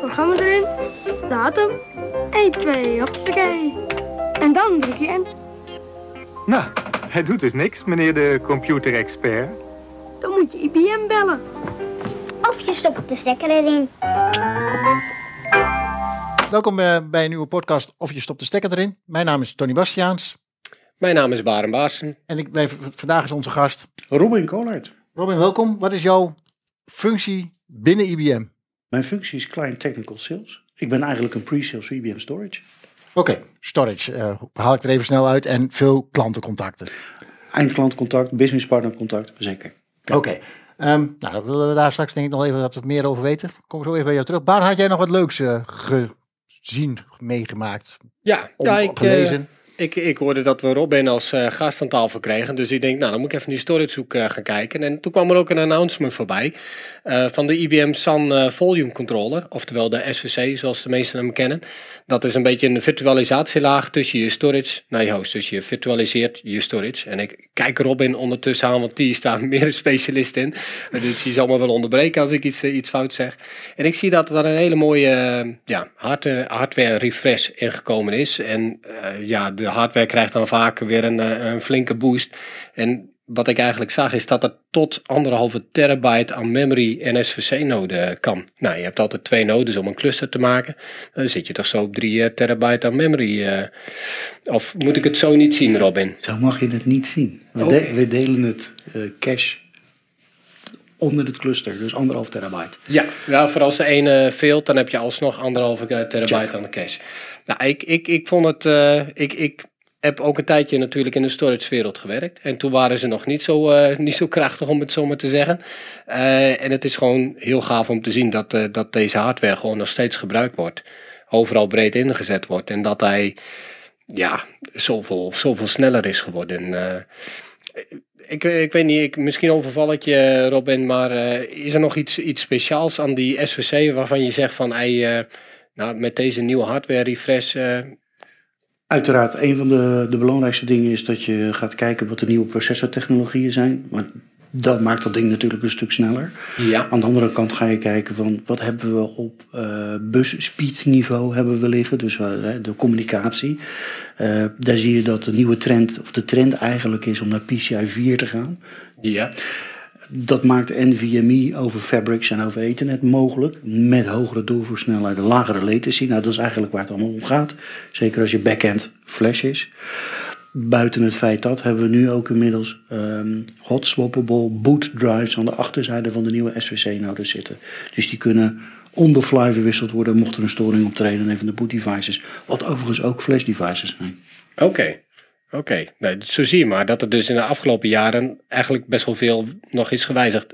programma erin, datum, 1, 2, hoppakee. En dan druk je in. Nou, hij doet dus niks, meneer de computerexpert. Dan moet je IBM bellen. Of je stopt de stekker erin. Welkom bij een nieuwe podcast Of je stopt de stekker erin. Mijn naam is Tony Bastiaans. Mijn naam is Baren Baarsen. En vandaag is onze gast Robin Koolhaert. Robin, welkom. Wat is jouw functie binnen IBM? Mijn functie is Client Technical Sales. Ik ben eigenlijk een pre-sales voor IBM Storage. Oké, storage. Haal ik er even snel uit en veel klantencontacten. Eindklantcontact, businesspartnercontact, zeker. Oké. Nou, dan willen we daar straks denk ik nog even wat meer over weten. Kom zo even bij jou terug. Baan, had jij nog wat leuks gezien, meegemaakt? Gelezen? Ik hoorde dat we Robin als gast aan tafel kregen. Dus ik denk, nou, dan moet ik even die storagehoek gaan kijken. En toen kwam er ook een announcement voorbij van de IBM Sun Volume Controller. Oftewel de SVC, zoals de meesten hem kennen. Dat is een beetje een virtualisatielaag tussen je storage naar je host. Dus je virtualiseert je storage. En ik kijk Robin ondertussen aan, want die is daar meer een specialist in. Dus die zal me wel onderbreken als ik iets fout zeg. En ik zie dat er een hele mooie hardware refresh ingekomen is. En de hardware krijgt dan vaak weer een flinke boost. En wat ik eigenlijk zag is dat het tot 1,5 terabyte aan memory en SVC-noden kan. Nou, je hebt altijd 2 nodes om een cluster te maken. Dan zit je toch zo op 3 terabyte aan memory. Of moet ik het zo niet zien, Robin? Zo mag je het niet zien. We delen het cache onder het cluster, dus 1,5 terabyte. Ja, voor als de ene veelt, dan heb je alsnog 1,5 terabyte aan de cache. Nou, ik vond het... Ik heb ook een tijdje natuurlijk in de storage wereld gewerkt. En toen waren ze nog niet zo krachtig, om het zo maar te zeggen. En het is gewoon heel gaaf om te zien dat deze hardware gewoon nog steeds gebruikt wordt. Overal breed ingezet wordt. En dat hij zoveel sneller is geworden. Ik weet niet, misschien overval ik je, Robin, maar is er nog iets speciaals aan die SVC waarvan je zegt van met deze nieuwe hardware refresh... Uiteraard, een van de belangrijkste dingen is dat je gaat kijken wat de nieuwe processortechnologieën zijn. Want dat maakt dat ding natuurlijk een stuk sneller. Ja. Aan de andere kant ga je kijken van wat hebben we op bus-speed niveau hebben we liggen. Dus de communicatie. Daar zie je dat de nieuwe trend, of de trend eigenlijk is om naar PCI 4 te gaan. Ja. Dat maakt NVMe over Fabrics en over Ethernet mogelijk. Met hogere doorvoersnelheid, lagere latency. Nou, dat is eigenlijk waar het allemaal om gaat. Zeker als je backend flash is. Buiten het feit dat hebben we nu ook inmiddels hot swappable boot drives aan de achterzijde van de nieuwe SVC-nodes zitten. Dus die kunnen on the fly verwisseld worden mocht er een storing optreden in een van de boot devices. Wat overigens ook flash devices zijn. Oké. Nee, zo zie je maar dat er dus in de afgelopen jaren eigenlijk best wel veel nog is gewijzigd.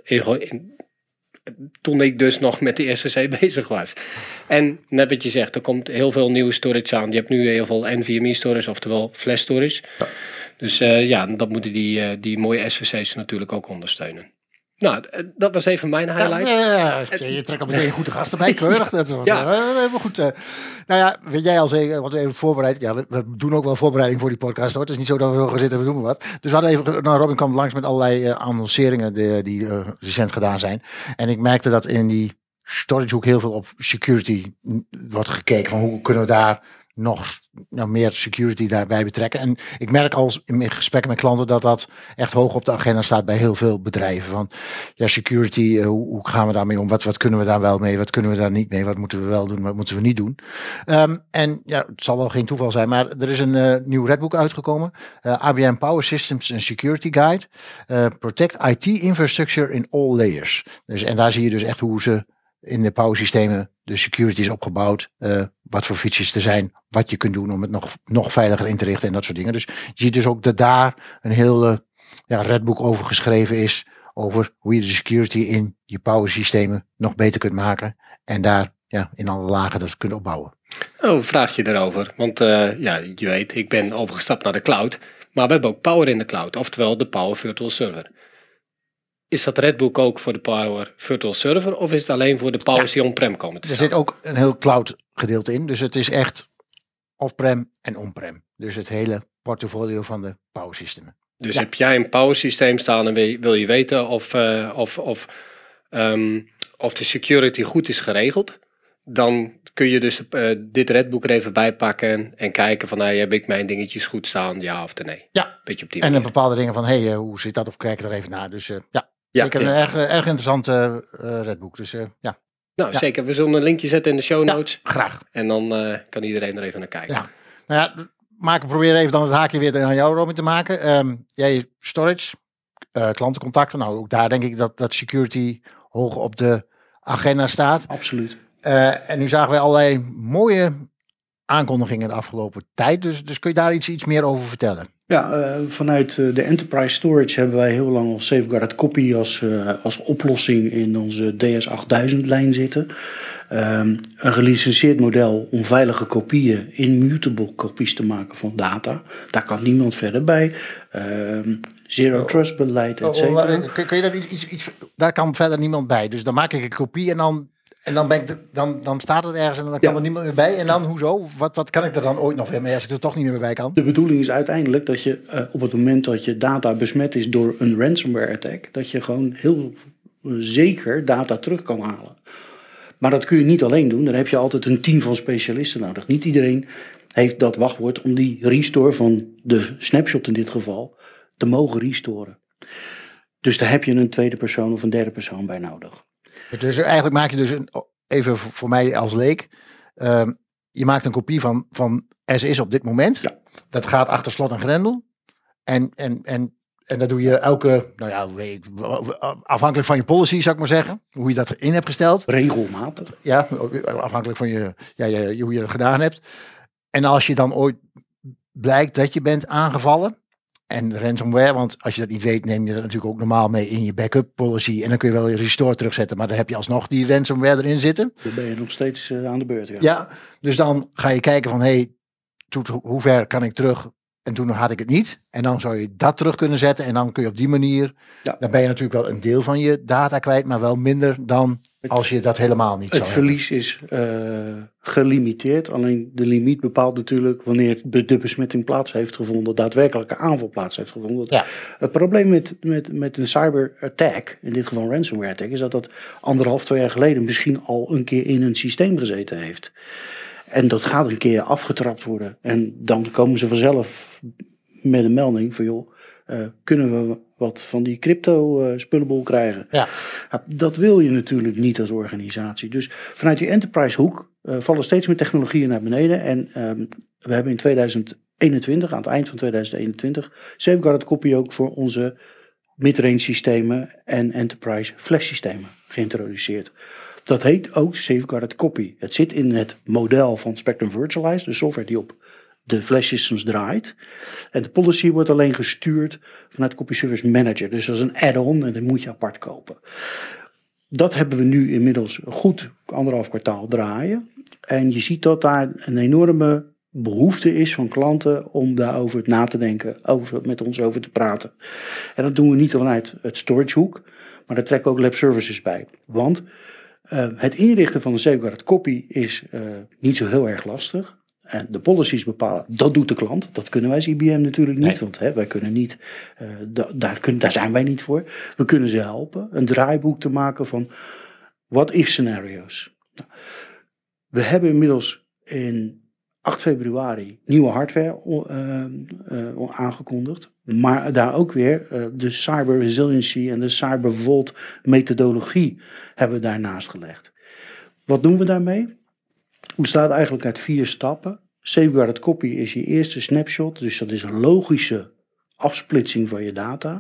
Toen ik dus nog met de SVC bezig was. En net wat je zegt, er komt heel veel nieuwe storage aan. Je hebt nu heel veel NVMe storage, oftewel flash storage. Ja. Dus dat moeten die mooie SVC's natuurlijk ook ondersteunen. Nou, dat was even mijn highlight. Ja, je trekt al meteen goede gasten bij, keurig. Dat was helemaal goed. Weet jij al zeker, want we even voorbereid. Ja, we doen ook wel voorbereiding voor die podcast. Hoor. Het is niet zo dat we gaan zitten en we doen wat. Dus we hadden even, Robin kwam langs met allerlei annonceringen die recent gedaan zijn. En ik merkte dat in die storagehoek heel veel op security wordt gekeken. Van hoe kunnen we daar nog meer security daarbij betrekken. En ik merk al in mijn gesprekken met klanten dat echt hoog op de agenda staat bij heel veel bedrijven. Van security, hoe gaan we daarmee om? Wat kunnen we daar wel mee? Wat kunnen we daar niet mee? Wat moeten we wel doen? Wat moeten we niet doen? En het zal wel geen toeval zijn, maar er is een nieuw redbook uitgekomen. IBM Power Systems and Security Guide. Protect IT Infrastructure in all layers. Dus, en daar zie je dus echt hoe ze in de power systemen de security is opgebouwd, wat voor features er zijn, wat je kunt doen om het nog veiliger in te richten en dat soort dingen. Dus je ziet dus ook dat daar een hele redbook over geschreven is, over hoe je de security in je power systemen nog beter kunt maken en daar in alle lagen dat kunt opbouwen. Oh, vraag je daarover, want je weet, ik ben overgestapt naar de cloud, maar we hebben ook Power in de cloud, oftewel de Power Virtual Server. Is dat redbook ook voor de Power Virtual Server of is het alleen voor de Power die on-prem komen te staan? Er zit ook een heel cloud gedeelte in. Dus het is echt off-prem en on-prem. Dus het hele portfolio van de Power systemen. Dus heb jij een Power systeem staan en wil je weten of de security goed is geregeld? dan kun je dus dit redboek er even bij pakken en kijken van, heb ik mijn dingetjes goed staan, ja of nee. Ja, beetje op die en manier. een bepaalde dingen van, hoe zit dat? Of kijk er even naar. Dus zeker een erg interessant redboek. Dus Zeker. We zullen een linkje zetten in de show notes. Ja, graag. En dan kan iedereen er even naar kijken. Ja. Nou ja, probeer even dan het haakje weer aan jou, Robin, te maken. Jij storage, klantencontacten. Nou, ook daar denk ik dat security hoog op de agenda staat. Absoluut. En nu zagen wij allerlei mooie aankondigingen de afgelopen tijd. Dus kun je daar iets meer over vertellen? Ja, vanuit de Enterprise Storage hebben wij heel lang als Safeguarded Copy als oplossing in onze DS8000-lijn zitten. Een gelicenseerd model om veilige kopieën, immutable kopies te maken van data. Daar kan niemand verder bij. Zero trust beleid, et cetera. Kun je dat iets daar kan verder niemand bij. Dus dan maak ik een kopie en dan staat het ergens en dan kan er niemand meer bij. En dan, hoezo? Wat kan ik er dan ooit nog weer mee als ik er toch niet meer bij kan? De bedoeling is uiteindelijk dat je op het moment dat je data besmet is door een ransomware attack, dat je gewoon heel zeker data terug kan halen. Maar dat kun je niet alleen doen. Daar heb je altijd een team van specialisten nodig. Niet iedereen heeft dat wachtwoord om die restore van de snapshot in dit geval te mogen restoren. Dus daar heb je een tweede persoon of een derde persoon bij nodig. Dus eigenlijk maak je dus, even voor mij als leek, je maakt een kopie van as is op dit moment. Ja. Dat gaat achter slot en grendel. En dat doe je afhankelijk van je policy, zou ik maar zeggen. Hoe je dat in hebt gesteld. Regelmatig. Ja, afhankelijk van hoe je het gedaan hebt. En als je dan ooit blijkt dat je bent aangevallen. En ransomware, want als je dat niet weet, neem je dat natuurlijk ook normaal mee in je backup policy. En dan kun je wel je restore terugzetten. Maar dan heb je alsnog die ransomware erin zitten. Dan ben je nog steeds aan de beurt. Ja, dus dan ga je kijken van, hoe ver kan ik terug? En toen had ik het niet. En dan zou je dat terug kunnen zetten. En dan kun je op die manier, dan ben je natuurlijk wel een deel van je data kwijt. Maar wel minder dan als je dat helemaal niet zou hebben. Het verlies is gelimiteerd. Alleen de limiet bepaalt natuurlijk wanneer de besmetting plaats heeft gevonden. Daadwerkelijke aanval plaats heeft gevonden. Ja. Het probleem met een cyber attack, in dit geval een ransomware attack, is dat 1,5-2 jaar geleden misschien al een keer in een systeem gezeten heeft. En dat gaat een keer afgetrapt worden. En dan komen ze vanzelf met een melding van, kunnen we wat van die crypto spullenbol krijgen? Ja. Dat wil je natuurlijk niet als organisatie. Dus vanuit die enterprise hoek vallen steeds meer technologieën naar beneden. En we hebben in 2021, aan het eind van 2021, Safeguarded Copy ook voor onze midrange systemen en enterprise flash systemen geïntroduceerd. Dat heet ook Safeguarded Copy. Het zit in het model van Spectrum Virtualized, de software die op de flash systems draait. En de policy wordt alleen gestuurd vanuit Copy Service Manager. Dus dat is een add-on en dat moet je apart kopen. Dat hebben we nu inmiddels goed 1,5 kwartaal draaien. En je ziet dat daar een enorme behoefte is van klanten om daarover na te denken, met ons over te praten. En dat doen we niet vanuit het storage hoek, maar daar trekken we ook lab services bij. Want het inrichten van een Safeguarded Copy is niet zo heel erg lastig. En de policies bepalen, dat doet de klant. Dat kunnen wij als IBM natuurlijk niet, want wij kunnen niet, daar zijn wij niet voor. We kunnen ze helpen, een draaiboek te maken van what-if scenario's. Nou, we hebben inmiddels in 8 februari nieuwe hardware aangekondigd. Maar daar ook weer de cyber resiliency en de cyber vault methodologie hebben we daarnaast gelegd. Wat doen we daarmee? Het bestaat eigenlijk uit 4 stappen. Safeguarded Copy is je eerste snapshot. Dus dat is een logische afsplitsing van je data.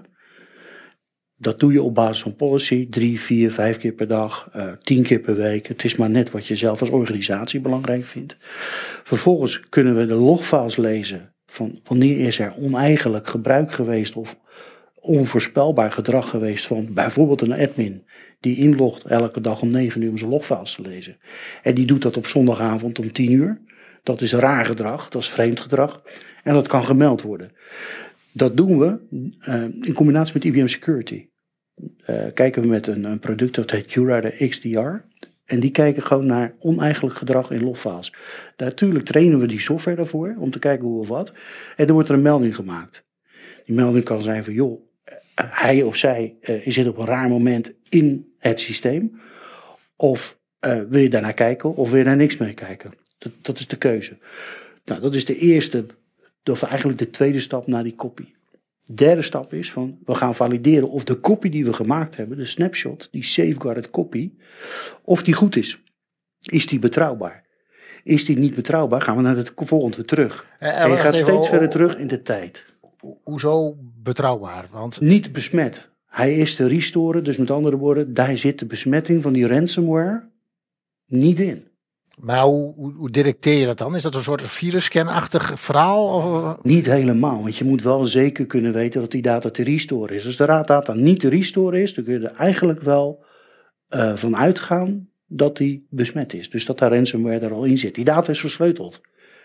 Dat doe je op basis van policy 3, 4, 5 keer per dag, 10 keer per week. Het is maar net wat je zelf als organisatie belangrijk vindt. Vervolgens kunnen we de logfiles lezen van wanneer is er oneigenlijk gebruik geweest of onvoorspelbaar gedrag geweest van bijvoorbeeld een admin die inlogt elke dag om 9 uur om zijn logfiles te lezen. En die doet dat op zondagavond om 10 uur. Dat is raar gedrag, dat is vreemd gedrag en dat kan gemeld worden. Dat doen we in combinatie met IBM Security. Kijken we met een product dat heet QRadar XDR. En die kijken gewoon naar oneigenlijk gedrag in logfiles. Natuurlijk trainen we die software daarvoor om te kijken hoe of wat. En dan wordt er een melding gemaakt. Die melding kan zijn van hij of zij zit op een raar moment in het systeem. Of Wil je daarnaar kijken of wil je daar niks mee kijken? Dat is de keuze. Nou, dat is de eerste, of eigenlijk de tweede stap naar die kopie. De derde stap is van, we gaan valideren of de kopie die we gemaakt hebben, de snapshot, die safeguarded kopie, of die goed is. Is die betrouwbaar? Is die niet betrouwbaar, gaan we naar het volgende terug. En je gaat steeds verder terug in de tijd. Hoezo betrouwbaar? Want Niet besmet. Hij is te restoren, dus met andere woorden, daar zit de besmetting van die ransomware niet in. Maar hoe detecteer je dat dan? Is dat een soort virusscan-achtig verhaal? Of? Niet helemaal, want je moet wel zeker kunnen weten dat die data te restoren is. Als de data niet te restoren is, dan kun je er eigenlijk wel van uitgaan dat die besmet is. Dus dat daar ransomware er al in zit. Die data is versleuteld.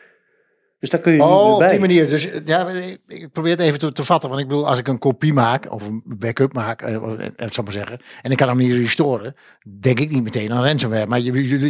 Dus daar kun je niet meer bij. Op die manier. Dus ja, ik probeer het even te vatten. Want ik bedoel, als ik een kopie maak of een backup maak, zal maar zeggen, en ik kan hem niet restoren, denk ik niet meteen aan ransomware. Maar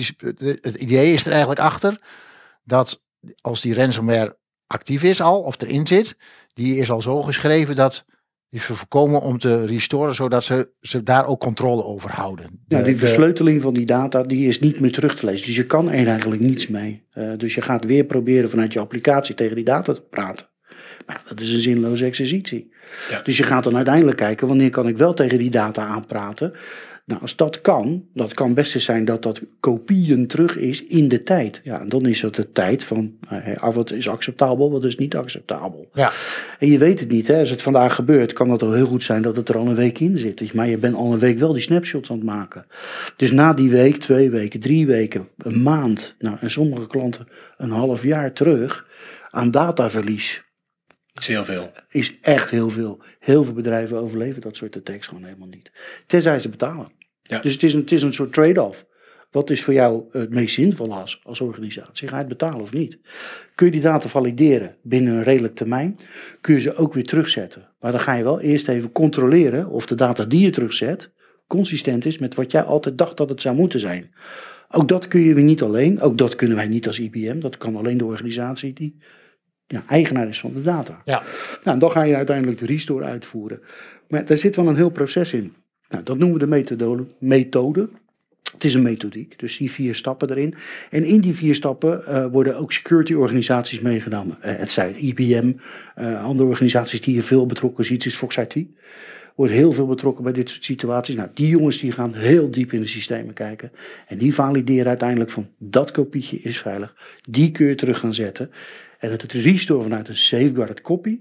het idee is er eigenlijk achter dat als die ransomware actief is al, of erin zit, die is al zo geschreven dat die ze voorkomen om te restoren, zodat ze daar ook controle over houden. Die versleuteling van die data, die is niet meer terug te lezen. Dus je kan er eigenlijk niets mee. Dus je gaat weer proberen vanuit je applicatie tegen die data te praten. Maar dat is een zinloze exercitie. Ja. Dus je gaat dan uiteindelijk kijken, wanneer kan ik wel tegen die data aanpraten? Nou, als dat kan best eens zijn dat kopieën terug is in de tijd. Ja, en dan is het de tijd van wat is acceptabel, wat is niet acceptabel. Ja. En je weet het niet, hè. Als het vandaag gebeurt, kan het al heel goed zijn dat het er al een week in zit. Maar je bent al een week wel die snapshots aan het maken. Dus na die week, 2 weken, 3 weken, een maand, nou, en sommige klanten een half jaar terug aan dataverlies. Dat is heel veel. Is echt heel veel. Heel veel bedrijven overleven dat soort attacks gewoon helemaal niet. Tenzij ze betalen. Ja. Dus het is een soort trade-off. Wat is voor jou het meest zinvol als organisatie? Ga je het betalen of niet? Kun je die data valideren binnen een redelijk termijn? Kun je ze ook weer terugzetten? Maar dan ga je wel eerst even controleren of de data die je terugzet consistent is met wat jij altijd dacht dat het zou moeten zijn. Ook dat kun je weer niet alleen. Ook dat kunnen wij niet als IBM. Dat kan alleen de organisatie die eigenaar is van de data. Ja. Nou, dan ga je uiteindelijk de restore uitvoeren. Maar daar zit wel een heel proces in. Nou, dat noemen we de methode. Het is een methodiek, dus die 4 stappen erin. En in die 4 stappen worden ook security organisaties meegenomen. Het zijn IBM, andere organisaties die hier veel betrokken zijn. Iets is Fox IT. Wordt heel veel betrokken bij dit soort situaties. Nou, die jongens die gaan heel diep in de systemen kijken. En die valideren uiteindelijk van dat kopietje is veilig. Die kun je terug gaan zetten. En het restore vanuit een safeguarded copy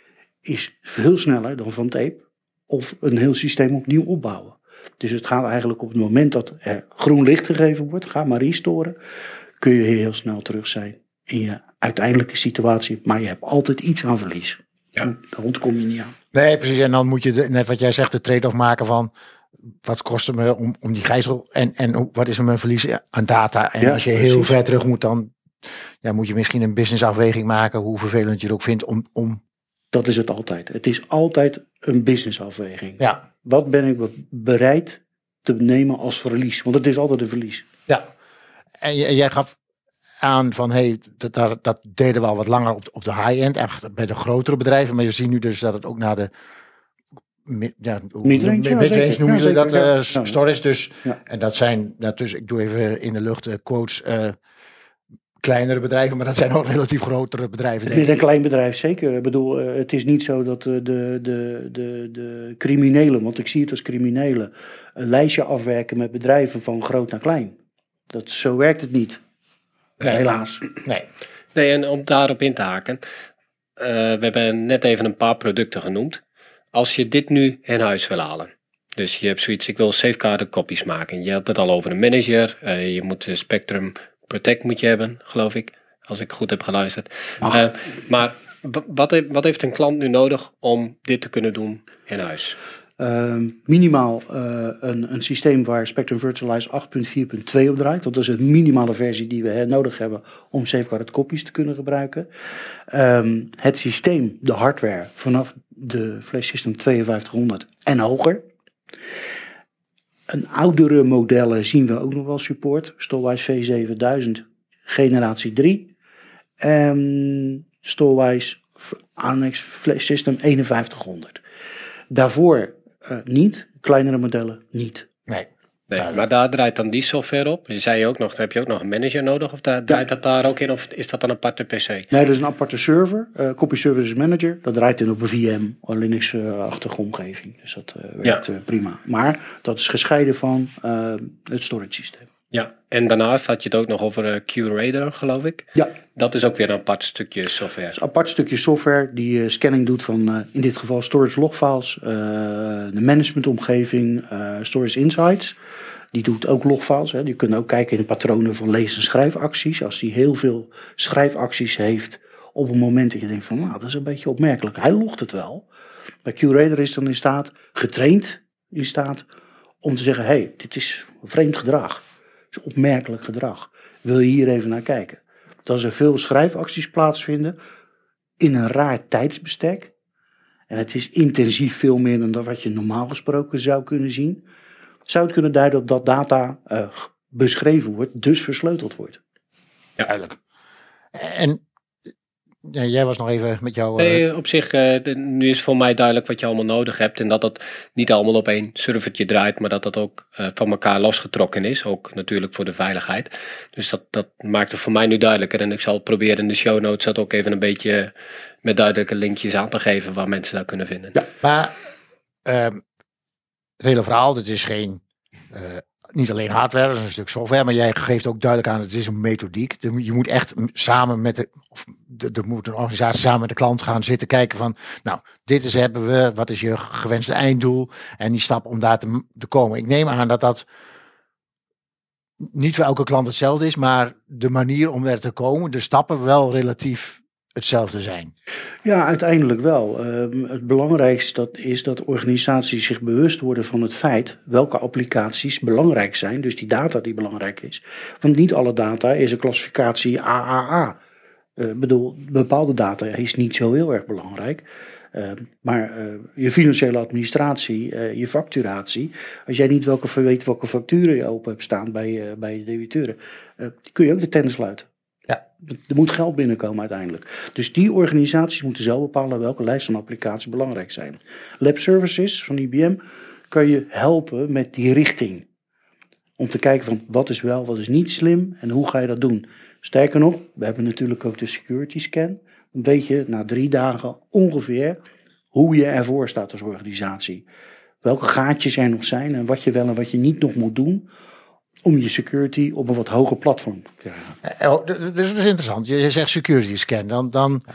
is veel sneller dan van tape of een heel systeem opnieuw opbouwen. Dus het gaat eigenlijk op het moment dat er groen licht gegeven wordt, ga maar restoren, kun je heel snel terug zijn in je uiteindelijke situatie. Maar je hebt altijd iets aan verlies. Ja. Daar ontkom je niet aan. Nee, precies. En dan moet je, net wat jij zegt, de trade-off maken van wat kost het me om die gijzel en wat is er mijn verlies aan data. En als je heel ver terug moet, dan moet je misschien een businessafweging maken, hoe vervelend je het ook vindt om... Dat is het altijd. Het is altijd een businessafweging. Ja. Wat ben ik bereid te nemen als verlies? Want het is altijd een verlies. Ja. En jij gaf aan van, dat deden we al wat langer op de high-end, echt bij de grotere bedrijven. Maar je ziet nu dus dat het ook naar de mid-range noemen ze dat, storage. Dus, en dat zijn, dus ik doe even in de lucht quotes, kleinere bedrijven, maar dat zijn ook relatief grotere bedrijven. Het is een klein bedrijf, zeker. Ik bedoel, het is niet zo dat de criminelen, want ik zie het als criminelen, een lijstje afwerken met bedrijven van groot naar klein. Zo werkt het niet. Nee. Helaas. Nee, en om daarop in te haken, we hebben net even een paar producten genoemd. Als je dit nu in huis wil halen, dus je hebt zoiets, ik wil safeguarded copies maken. Je hebt het al over een manager, je moet de Spectrum Protect moet je hebben, geloof ik, als ik goed heb geluisterd. Maar wat heeft een klant nu nodig om dit te kunnen doen in huis? Minimaal een systeem waar Spectrum Virtualize 8.4.2 op draait. Dat is de minimale versie die we nodig hebben om safeguarded copies te kunnen gebruiken. Het systeem, de hardware, vanaf de Flash System 5200 en hoger. Een oudere modellen zien we ook nog wel support. Storwize V7000 generatie 3. Storwize Annex Flash System 5100. Daarvoor niet. Kleinere modellen niet. Nee. Nee, maar daar draait dan die software op. Je zei ook nog, heb je ook nog een manager nodig? Of draait dat daar ook in? Of is dat dan een aparte PC? Nee, dat is een aparte server. Copy Services Manager. Dat draait in op een VM, een Linux-achtige omgeving. Dus dat werkt prima. Maar dat is gescheiden van het storage systeem. Ja, en daarnaast had je het ook nog over QRadar, geloof ik. Ja. Dat is ook weer een apart stukje software. Een apart stukje software die scanning doet van in dit geval storage logfiles, de managementomgeving, storage insights. Die doet ook logfiles. Hè. Die kunnen ook kijken in de patronen van lees- en schrijfacties. Als die heel veel schrijfacties heeft op een moment dat je denkt van, nou, dat is een beetje opmerkelijk. Hij logt het wel. Bij QRadar is dan getraind in staat om te zeggen, hey, dit is vreemd gedrag. Dit is opmerkelijk gedrag. Wil je hier even naar kijken? Dat als er veel schrijfacties plaatsvinden in een raar tijdsbestek, en het is intensief veel meer dan wat je normaal gesproken zou kunnen zien, zou het kunnen duiden op dat data beschreven wordt, dus versleuteld wordt. Ja, duidelijk. En jij was nog even met jou... Nee, op zich, nu is voor mij duidelijk wat je allemaal nodig hebt. En dat dat niet allemaal op één servertje draait, maar dat dat ook van elkaar losgetrokken is. Ook natuurlijk voor de veiligheid. Dus dat maakt het voor mij nu duidelijker. En ik zal proberen in de show notes dat ook even een beetje met duidelijke linkjes aan te geven waar mensen dat kunnen vinden. Ja, maar het hele verhaal, dit is geen... niet alleen hardware, dat is een stuk software, maar jij geeft ook duidelijk aan, het is een methodiek. Je moet echt samen met er moet een organisatie samen met de klant gaan zitten kijken van, nou, dit is hebben we, wat is je gewenste einddoel en die stap om daar te komen. Ik neem aan dat niet voor elke klant hetzelfde is, maar de manier om er te komen, de stappen wel relatief hetzelfde zijn. Ja, uiteindelijk wel. Het belangrijkste is dat organisaties zich bewust worden van het feit welke applicaties belangrijk zijn. Dus die data die belangrijk is. Want niet alle data is een klassificatie AAA. Bepaalde data is niet zo heel erg belangrijk. Maar je financiële administratie, je facturatie. Als jij niet weet welke facturen je open hebt staan bij je debiteuren, kun je ook de tender sluiten. Ja, er moet geld binnenkomen uiteindelijk. Dus die organisaties moeten zelf bepalen welke lijst van applicaties belangrijk zijn. Lab Services van IBM kan je helpen met die richting. Om te kijken van wat is wel, wat is niet slim en hoe ga je dat doen. Sterker nog, we hebben natuurlijk ook de security scan. Dan weet je na 3 dagen ongeveer hoe je ervoor staat als organisatie. Welke gaatjes er nog zijn en wat je wel en wat je niet nog moet doen om je security op een wat hoger platform te krijgen. Dat is interessant. Je zegt security scan.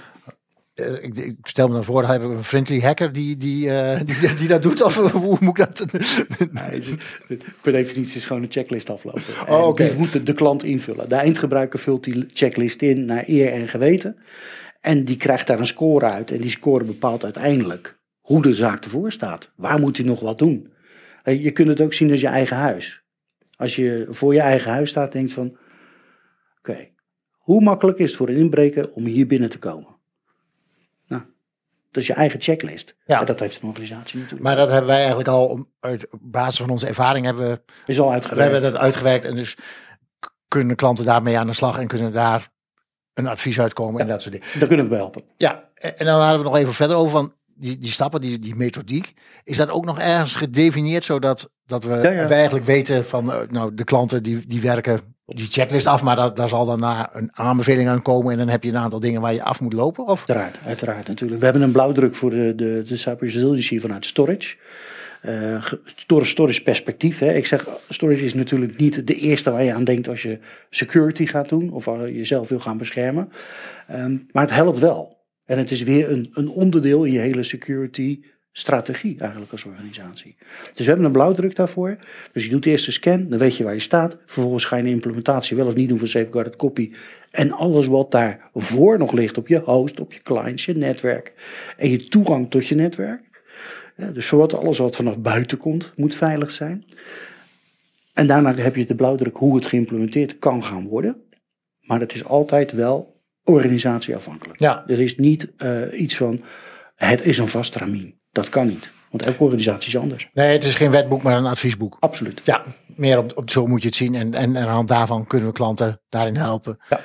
Ik stel me dan voor, dan heb ik een friendly hacker die dat doet. Of hoe moet ik dat? Nee, per definitie is gewoon een checklist aflopen. Okay. Die moet de klant invullen. De eindgebruiker vult die checklist in naar eer en geweten. En die krijgt daar een score uit. En die score bepaalt uiteindelijk hoe de zaak ervoor staat. Waar moet hij nog wat doen? Je kunt het ook zien als je eigen huis. Als je voor je eigen huis staat, denkt van, oké, hoe makkelijk is het voor een inbreker om hier binnen te komen? Nou, dat is je eigen checklist. Ja. En dat heeft een organisatie natuurlijk. Maar dat hebben wij eigenlijk al, op basis van onze ervaring, is al uitgewerkt. We hebben dat uitgewerkt en dus kunnen klanten daarmee aan de slag en kunnen daar een advies uitkomen en dat soort dingen. Daar kunnen we bij helpen. Ja, en dan hadden we nog even verder over van die stappen, die methodiek. Is dat ook nog ergens gedefinieerd, zodat we eigenlijk weten van nou, de klanten die werken die checklist af, maar daar zal daarna een aanbeveling aan komen en dan heb je een aantal dingen waar je af moet lopen? Of? Uiteraard natuurlijk. We hebben een blauwdruk voor de cyber resiliency vanuit storage. Door een storage perspectief. Hè. Ik zeg, storage is natuurlijk niet de eerste waar je aan denkt als je security gaat doen of als je jezelf wil gaan beschermen. Maar het helpt wel. En het is weer een onderdeel in je hele security strategie eigenlijk als organisatie. Dus we hebben een blauwdruk daarvoor. Dus je doet eerst een scan, dan weet je waar je staat. Vervolgens ga je een implementatie wel of niet doen van safeguarded copy. En alles wat daarvoor nog ligt op je host, op je clients, je netwerk. En je toegang tot je netwerk. Ja, dus voor alles wat vanaf buiten komt, moet veilig zijn. En daarna heb je de blauwdruk hoe het geïmplementeerd kan gaan worden. Maar het is altijd wel organisatieafhankelijk. Ja. Er is niet iets van, het is een vast ramien. Dat kan niet. Want elke organisatie is anders. Nee, het is geen wetboek, maar een adviesboek. Absoluut. Ja, meer op zo moet je het zien. En aan de hand daarvan kunnen we klanten daarin helpen. Ja.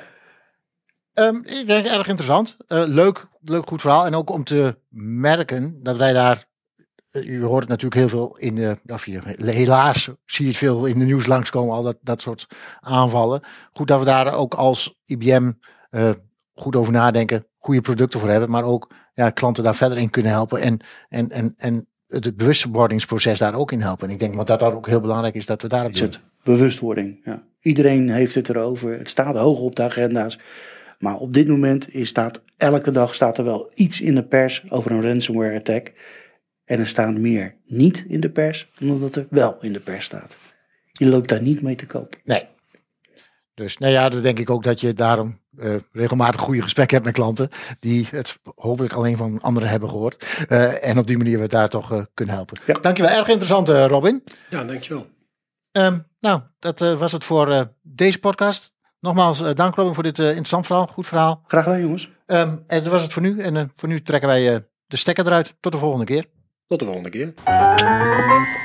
Ik denk erg interessant. Leuk, goed verhaal. En ook om te merken dat wij daar je hoort het natuurlijk heel veel helaas zie je het veel in de nieuws langskomen, al dat soort aanvallen. Goed dat we daar ook als IBM goed over nadenken, goede producten voor hebben, maar ook klanten daar verder in kunnen helpen en het bewustwordingsproces daar ook in helpen. En ik denk dat ook heel belangrijk is dat we daarop doen. Bewustwording, ja. Iedereen heeft het erover. Het staat hoog op de agenda's. Maar op dit moment elke dag staat er wel iets in de pers over een ransomware attack. En er staat meer niet in de pers dan dat er wel in de pers staat. Je loopt daar niet mee te koop. Nee. Dus dan denk ik ook dat je daarom regelmatig goede gesprekken hebt met klanten die het hopelijk alleen van anderen hebben gehoord. En op die manier we daar toch kunnen helpen. Ja. Dankjewel, erg interessant Robin. Ja, dankjewel. Dat was het voor deze podcast. Nogmaals, dank Robin voor dit interessant verhaal. Goed verhaal. Graag gedaan, jongens. En dat was het voor nu. En voor nu trekken wij de stekker eruit. Tot de volgende keer. Tot de volgende keer.